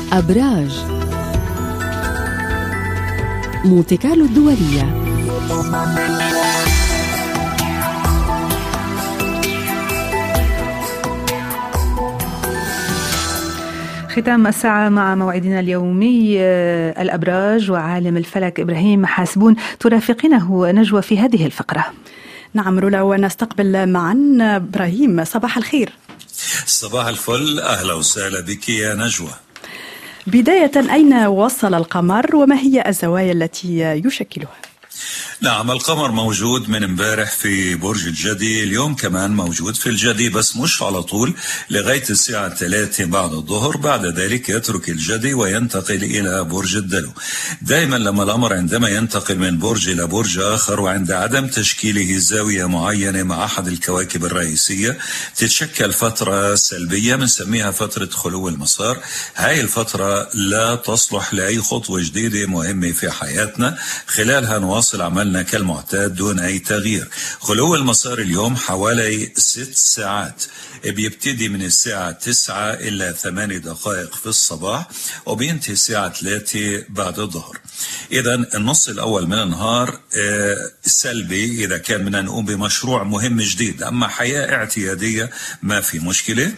أبراج مونتي كارلو الدولية. ختام الساعة مع موعدنا اليومي الأبراج وعالم الفلك إبراهيم حاسبون ترافقينه نجوى في هذه الفقرة. نعم رولا، ونستقبل معا إبراهيم. صباح الخير. صباح الفل، أهلا وسهلا بك يا نجوى. بداية، أين وصل القمر وما هي الزوايا التي يشكلها؟ نعم، القمر موجود من امبارح في برج الجدي، اليوم كمان موجود في الجدي بس مش على طول، لغاية الساعة 3 بعد الظهر. بعد ذلك يترك الجدي وينتقل إلى برج الدلو. دائما لما الأمر عندما ينتقل من برج إلى برج آخر وعند عدم تشكيله زاوية معينة مع أحد الكواكب الرئيسية تتشكل فترة سلبية بنسميها فترة خلو المسار. هاي الفترة لا تصلح لأي خطوة جديدة مهمة في حياتنا، خلالها نواصل عملنا كالمعتاد دون أي تغيير. خلو المسار اليوم حوالي 6 ساعات، بيبتدي من الساعة 9 إلى 8 دقائق في الصباح وبينتهي الساعة 3 بعد الظهر. إذا النص الأول من النهار سلبي إذا كان بدنا نقوم بمشروع مهم جديد، أما حياة اعتيادية ما في مشكلة.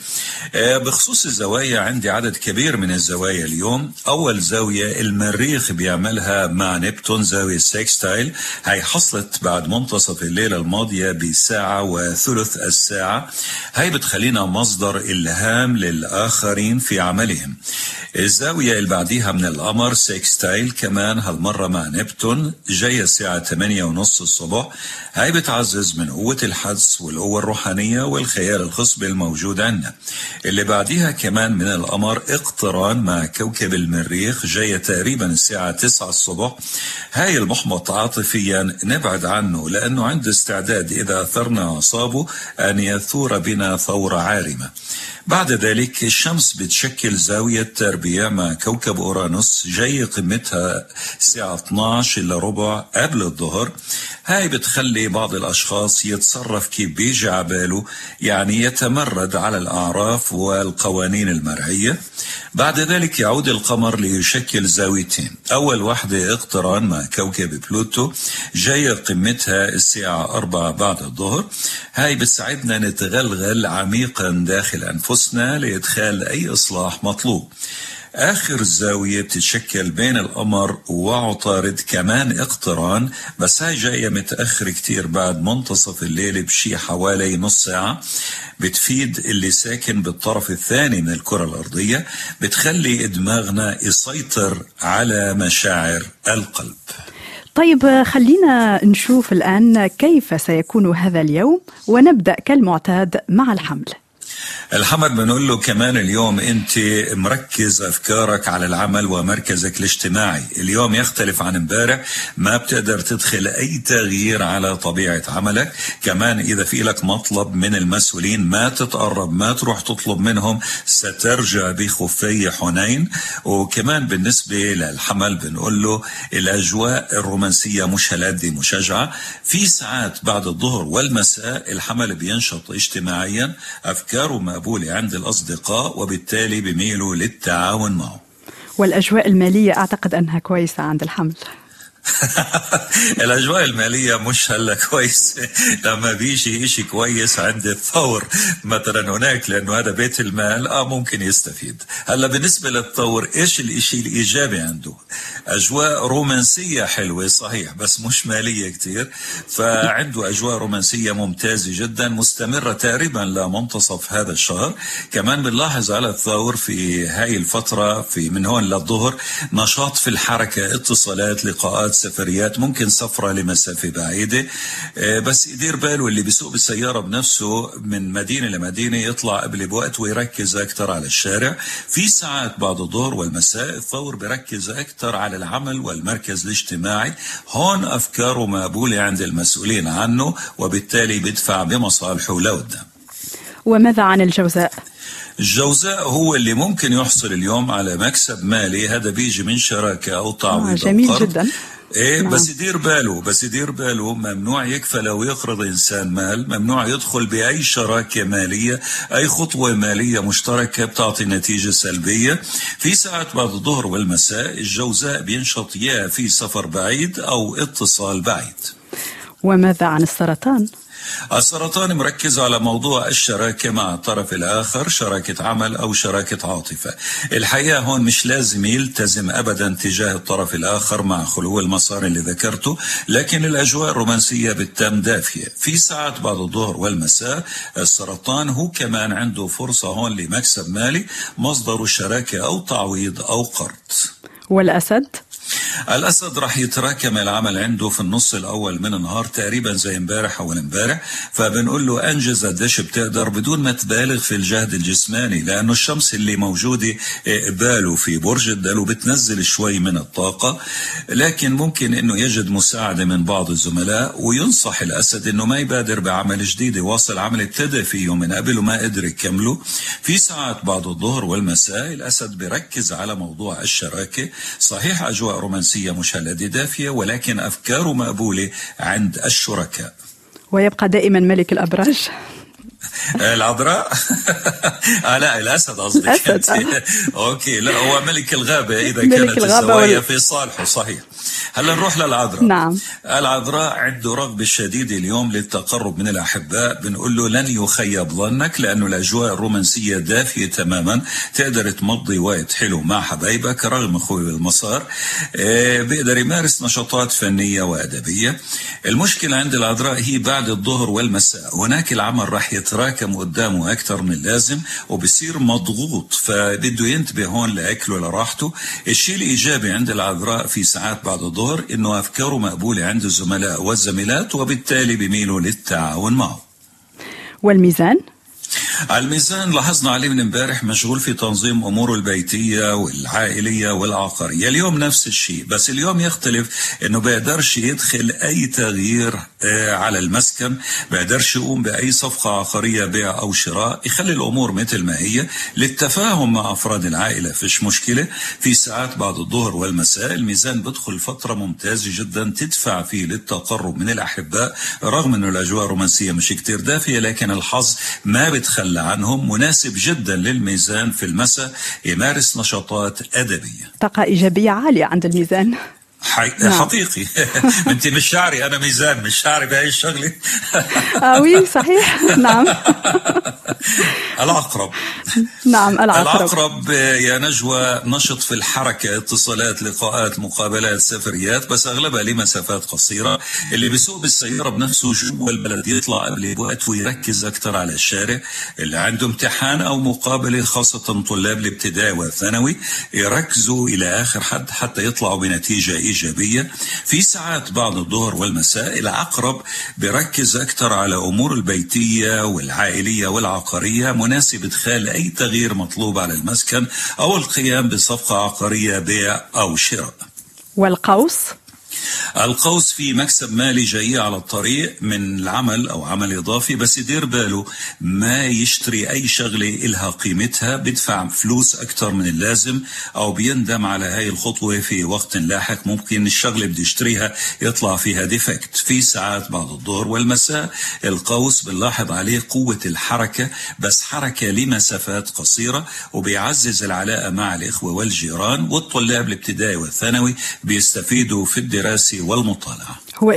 بخصوص الزوايا عندي عدد كبير من الزوايا اليوم. أول زاوية المريخ بيعملها مع نبتون، زاوية سكستايل، هاي حصلت بعد منتصف الليلة الماضية بساعة وثلث الساعة. هاي بتخلينا مصدر إلهام للآخرين في عملهم. الزاوية اللي بعديها من القمر سكستايل كمان هالمرة مع نبتون، جاية الساعة 8:30 الصبح. هاي بتعزز من قوة الحدس والقوة الروحانية والخيال الخصبي الموجود عندنا. اللي بعديها كمان من القمر اقتران مع كوكب المريخ، جاية تقريبا الساعة 9 الصبح. هاي المحبط عاطفيا نبعد عنه لأنه عنده استعداد إذا أثرنا أصابه أن يثور بنا ثورة عارمة. بعد ذلك الشمس بتشكل زاوية تربيع مع كوكب أورانوس، جاي قمتها الساعة 12 إلا ربع قبل الظهر. هاي بتخلي بعض الأشخاص يتصرف كيف بيجي عباله، يعني يتمرد على الأعراف والقوانين المرعية. بعد ذلك يعود القمر ليشكل زاويتين، أول واحدة اقتران مع كوكب بلوتو، جاية قمتها الساعة 4 بعد الظهر. هاي بتساعدنا نتغلغل عميقا داخل أنفسنا لإدخال أي إصلاح مطلوب. آخر زاوية بتتشكل بين القمر وعطارد كمان اقتران، بس هاي جاية متأخر كتير بعد منتصف الليل بشي حوالي نص ساعة. بتفيد اللي ساكن بالطرف الثاني من الكرة الأرضية، بتخلي دماغنا يسيطر على مشاعر القلب. طيب، خلينا نشوف الآن كيف سيكون هذا اليوم، ونبدأ كالمعتاد مع الحمل. الحمل بنقول له كمان اليوم انت مركز افكارك على العمل ومركزك الاجتماعي. اليوم يختلف عن امبارح، ما بتقدر تدخل اي تغيير على طبيعة عملك. كمان اذا في لك مطلب من المسؤولين ما تتقرب، ما تروح تطلب منهم، سترجع بخفي حنين. وكمان بالنسبة للحمل بنقول له الاجواء الرومانسية مش هالقد مشجعة. في ساعات بعد الظهر والمساء الحمل بينشط اجتماعيا، أفكاره مقبولة عند الأصدقاء وبالتالي بيميلوا للتعاون معه. والأجواء المالية أعتقد أنها كويسة عند الحمل. الأجواء المالية مش هلا كويس لما بيجي إشي كويس عند الثور مثلا هناك، لأنه هذا بيت المال ممكن يستفيد. هلا بالنسبة للثور إيش الإشي الإيجابي عنده؟ أجواء رومانسية حلوة صحيح بس مش مالية كتير، فعنده أجواء رومانسية ممتازة جدا مستمرة تقريبا لمنتصف هذا الشهر. كمان بنلاحظ على الثور في هاي الفترة في من هون للظهر نشاط في الحركة، اتصالات، لقاءات، سفريات، ممكن سفرة لمسافة بعيدة. بس يدير باله اللي بيسوق بالسيارة بنفسه من مدينة لمدينة يطلع قبل بوقت ويركز أكتر على الشارع. في ساعات بعد الظهر والمساء الثور بيركز أكتر على العمل والمركز الاجتماعي، هون أفكاره مقبولة عند المسؤولين عنه وبالتالي بيدفع بمصالحه لقدام. وماذا عن الجوزاء؟ الجوزاء هو اللي ممكن يحصل اليوم على مكسب مالي، هذا بيجي من شراكة أو تعويض جميل أو قرض. جدا. ايه بس يدير باله ممنوع يكفل او يقرض انسان مال، ممنوع يدخل باي شراكه ماليه، اي خطوه ماليه مشتركه بتعطي نتيجه سلبيه. في ساعات بعد الظهر والمساء الجوزاء بينشط يا في سفر بعيد او اتصال بعيد. وماذا عن السرطان؟ السرطان مركز على موضوع الشراكة مع الطرف الآخر، شراكة عمل أو شراكة عاطفة. الحقيقة هون مش لازم يلتزم أبدا تجاه الطرف الآخر مع خلو المسار اللي ذكرته، لكن الأجواء الرومانسية بالتام دافية. في ساعات بعد الظهر والمساء السرطان هو كمان عنده فرصة هون لمكسب مالي، مصدر شراكة أو تعويض أو قرض. الأسد رح يتراكم العمل عنده في النص الأول من النهار تقريبا زي امبارح أو امبارح، فبنقول له أنجز قديش بتقدر بدون ما تبالغ في الجهد الجسماني، لأنه الشمس اللي موجودة قباله في برج الدلو بتنزل شوي من الطاقة، لكن ممكن أنه يجد مساعدة من بعض الزملاء. وينصح الأسد أنه ما يبادر بعمل جديد، يواصل عمل ابتدى فيه من قبل وما قدر يكمله. في ساعات بعد الظهر والمساء الأسد بيركز على موضوع الشراكة، صحيح أجواء رومانسية مشلدة دافية، ولكن أفكاره مقبولة عند الشركاء. ويبقى دائما ملك الأبراج العذراء لا الأسد قصدك. أوكي، لا هو ملك الغابة إذا كانت الزوايا في صالحه. صحيح. هلا نروح للعذراء. نعم. العذراء عنده رغبة شديدة اليوم للتقرب من الأحباء، بنقول له لن يخيب ظنك، لأنه الأجواء الرومانسية دافية تماما، تقدر تمضي وقت حلو مع حبايبك رغم خوي المسار. بيقدر يمارس نشاطات فنية وأدبية. المشكلة عند العذراء هي بعد الظهر والمساء، هناك العمل راح يتراكم قدامه أكثر من اللازم وبصير مضغوط، فبده ينتبه هون لأكله لراحته. الشيء الإيجابي عند العذراء في ساعات بعد الظهر إنه أفكاره مقبولة عند الزملاء والزميلات، وبالتالي بيميلوا للتعاون معه. والميزان؟ الميزان لاحظنا عليه من امبارح مشغول في تنظيم أموره البيتية والعائلية والعقارية. اليوم نفس الشيء، بس اليوم يختلف انه بيقدرش يدخل اي تغيير على المسكن، بيقدرش يقوم باي صفقة عقارية بيع او شراء، يخلي الامور مثل ما هي للتفاهم مع افراد العائلة، فيش مشكلة. في ساعات بعد الظهر والمساء الميزان بدخل فترة ممتازة جدا تدفع فيه للتقرب من الاحباء، رغم انه الاجواء الرومانسية مش كتير دافية، لكن الحظ ما بتخلى عنهم. مناسب جدا للميزان في المساء يمارس نشاطات أدبية. طاقة إيجابية عالية عند الميزان. حقيقي. انت مش شعري، انا ميزان مش شعري بهاي الشغله. وي صحيح. نعم. العقرب. نعم العقرب يا نجوى نشط في الحركة، اتصالات، لقاءات، مقابلات، سفريات، بس أغلبها لمسافات قصيرة. اللي بيسوق بالسيارة بنفسه جوا البلد يطلع قبل بوقت ويركز أكتر على الشارع. اللي عنده امتحان أو مقابلة، خاصة طلاب الابتدائي والثانوي، يركزوا إلى آخر حد حتى يطلعوا بنتيجة إيجابية. في ساعات بعد الظهر والمساء العقرب بيركز أكتر على أمور البيتية والعائلية والعقارية، مناسب إدخال أي تغيير مطلوب على المسكن أو القيام بصفقة عقارية بيع أو شراء. والقوس؟ القوس في مكسب مالي جاي على الطريق من العمل أو عمل إضافي، بس يدير باله ما يشتري أي شغلة إلها قيمتها، بدفع فلوس أكتر من اللازم أو بيندم على هاي الخطوة في وقت لاحق. ممكن الشغلة بدي يشتريها يطلع فيها ديفكت. في ساعات بعد الظهر والمساء القوس بنلاحظ عليه قوة الحركة، بس حركة لمسافات قصيرة، وبيعزز العلاقة مع الإخوة والجيران. والطلاب الابتدائي والثانوي بيستفيدوا في الدراسة والمطالعة. هو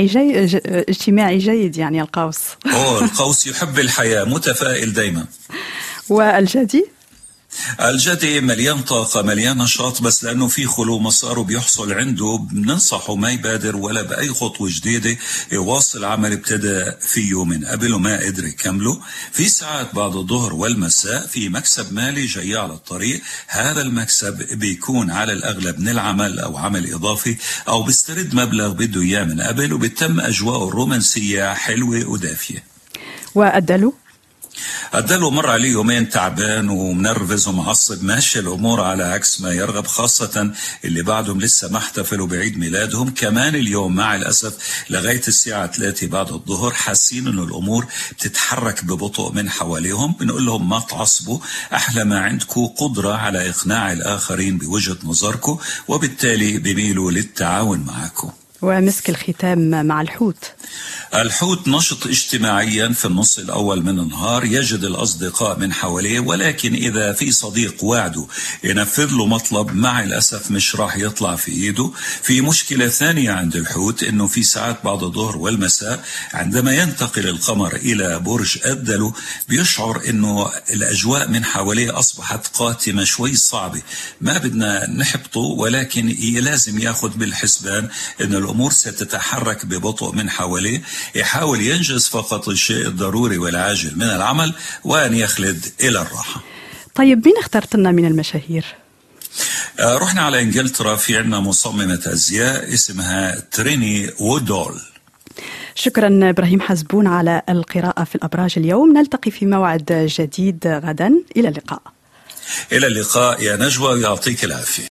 اجتماعي جيد يعني القوس. القوس يحب الحياة، متفائل دايما. والجدي؟ الجدي مليان طاقة، مليان نشاط، بس لأنه في خلو مسار وبيحصل عنده، بننصحه ما يبادر ولا بأي خطوة جديدة، يواصل عمل ابتدى فيه من قبل وما قدر يكمله. في ساعات بعد الظهر والمساء في مكسب مالي جاي على الطريق. هذا المكسب بيكون على الأغلب من العمل أو عمل إضافي، أو بيسترد مبلغ بده إياه من قبل، وبتم أجواء الرومانسية حلوة ودافية. والدلو؟ الدلو مر عليه يومين تعبان ومنرفز ومعصب، ماشي الأمور على عكس ما يرغب، خاصة اللي بعدهم لسه ما احتفلوا بعيد ميلادهم. كمان اليوم مع الأسف لغاية الساعة 3 بعد الظهر حاسين إنه الأمور بتتحرك ببطء من حواليهم. بنقول لهم ما تعصبوا، أحلى ما عندكم قدرة على إقناع الآخرين بوجهة نظركم، وبالتالي بيميلوا للتعاون معكم. ومسك الختام مع الحوت. الحوت نشط اجتماعيا في النص الأول من النهار، يجد الأصدقاء من حواليه، ولكن إذا في صديق وعده ينفذ له مطلب مع الأسف مش راح يطلع في إيده. في مشكلة ثانية عند الحوت، إنه في ساعات بعد الظهر والمساء عندما ينتقل القمر إلى برج الدلو بيشعر إنه الأجواء من حواليه أصبحت قاتمة شوي صعبة. ما بدنا نحبطه، ولكن لازم ياخد بالحسبان إن الأمور ستتحرك ببطء من حواليه. يحاول ينجز فقط الشيء الضروري والعاجل من العمل، وأن يخلد إلى الراحة. طيب مين اخترت لنا من المشاهير؟ رحنا على إنجلترا، في عنا مصممة أزياء اسمها تريني وودول. شكرا إبراهيم حسبون على القراءة في الأبراج اليوم. نلتقي في موعد جديد غدا. إلى اللقاء. إلى اللقاء يا نجوى، ويعطيك العافية.